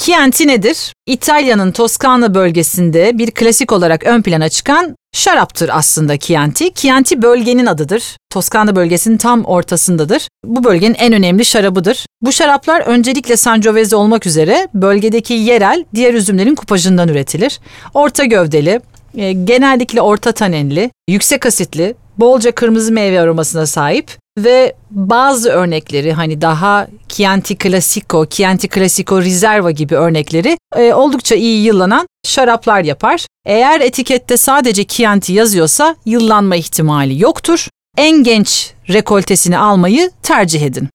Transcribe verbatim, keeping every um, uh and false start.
Chianti nedir? İtalya'nın Toskana bölgesinde bir klasik olarak ön plana çıkan şaraptır aslında Chianti. Chianti bölgenin adıdır. Toskana bölgesinin tam ortasındadır. Bu bölgenin en önemli şarabıdır. Bu şaraplar öncelikle Sangiovese olmak üzere bölgedeki yerel diğer üzümlerin kupajından üretilir. Orta gövdeli, e, genellikle orta tanenli, yüksek asitli, bolca kırmızı meyve aromasına sahip ve bazı örnekleri hani daha Chianti Classico, Chianti Classico Riserva gibi örnekleri e, oldukça iyi yıllanan şaraplar yapar. Eğer etikette sadece Chianti yazıyorsa yıllanma ihtimali yoktur. En genç rekoltesini almayı tercih edin.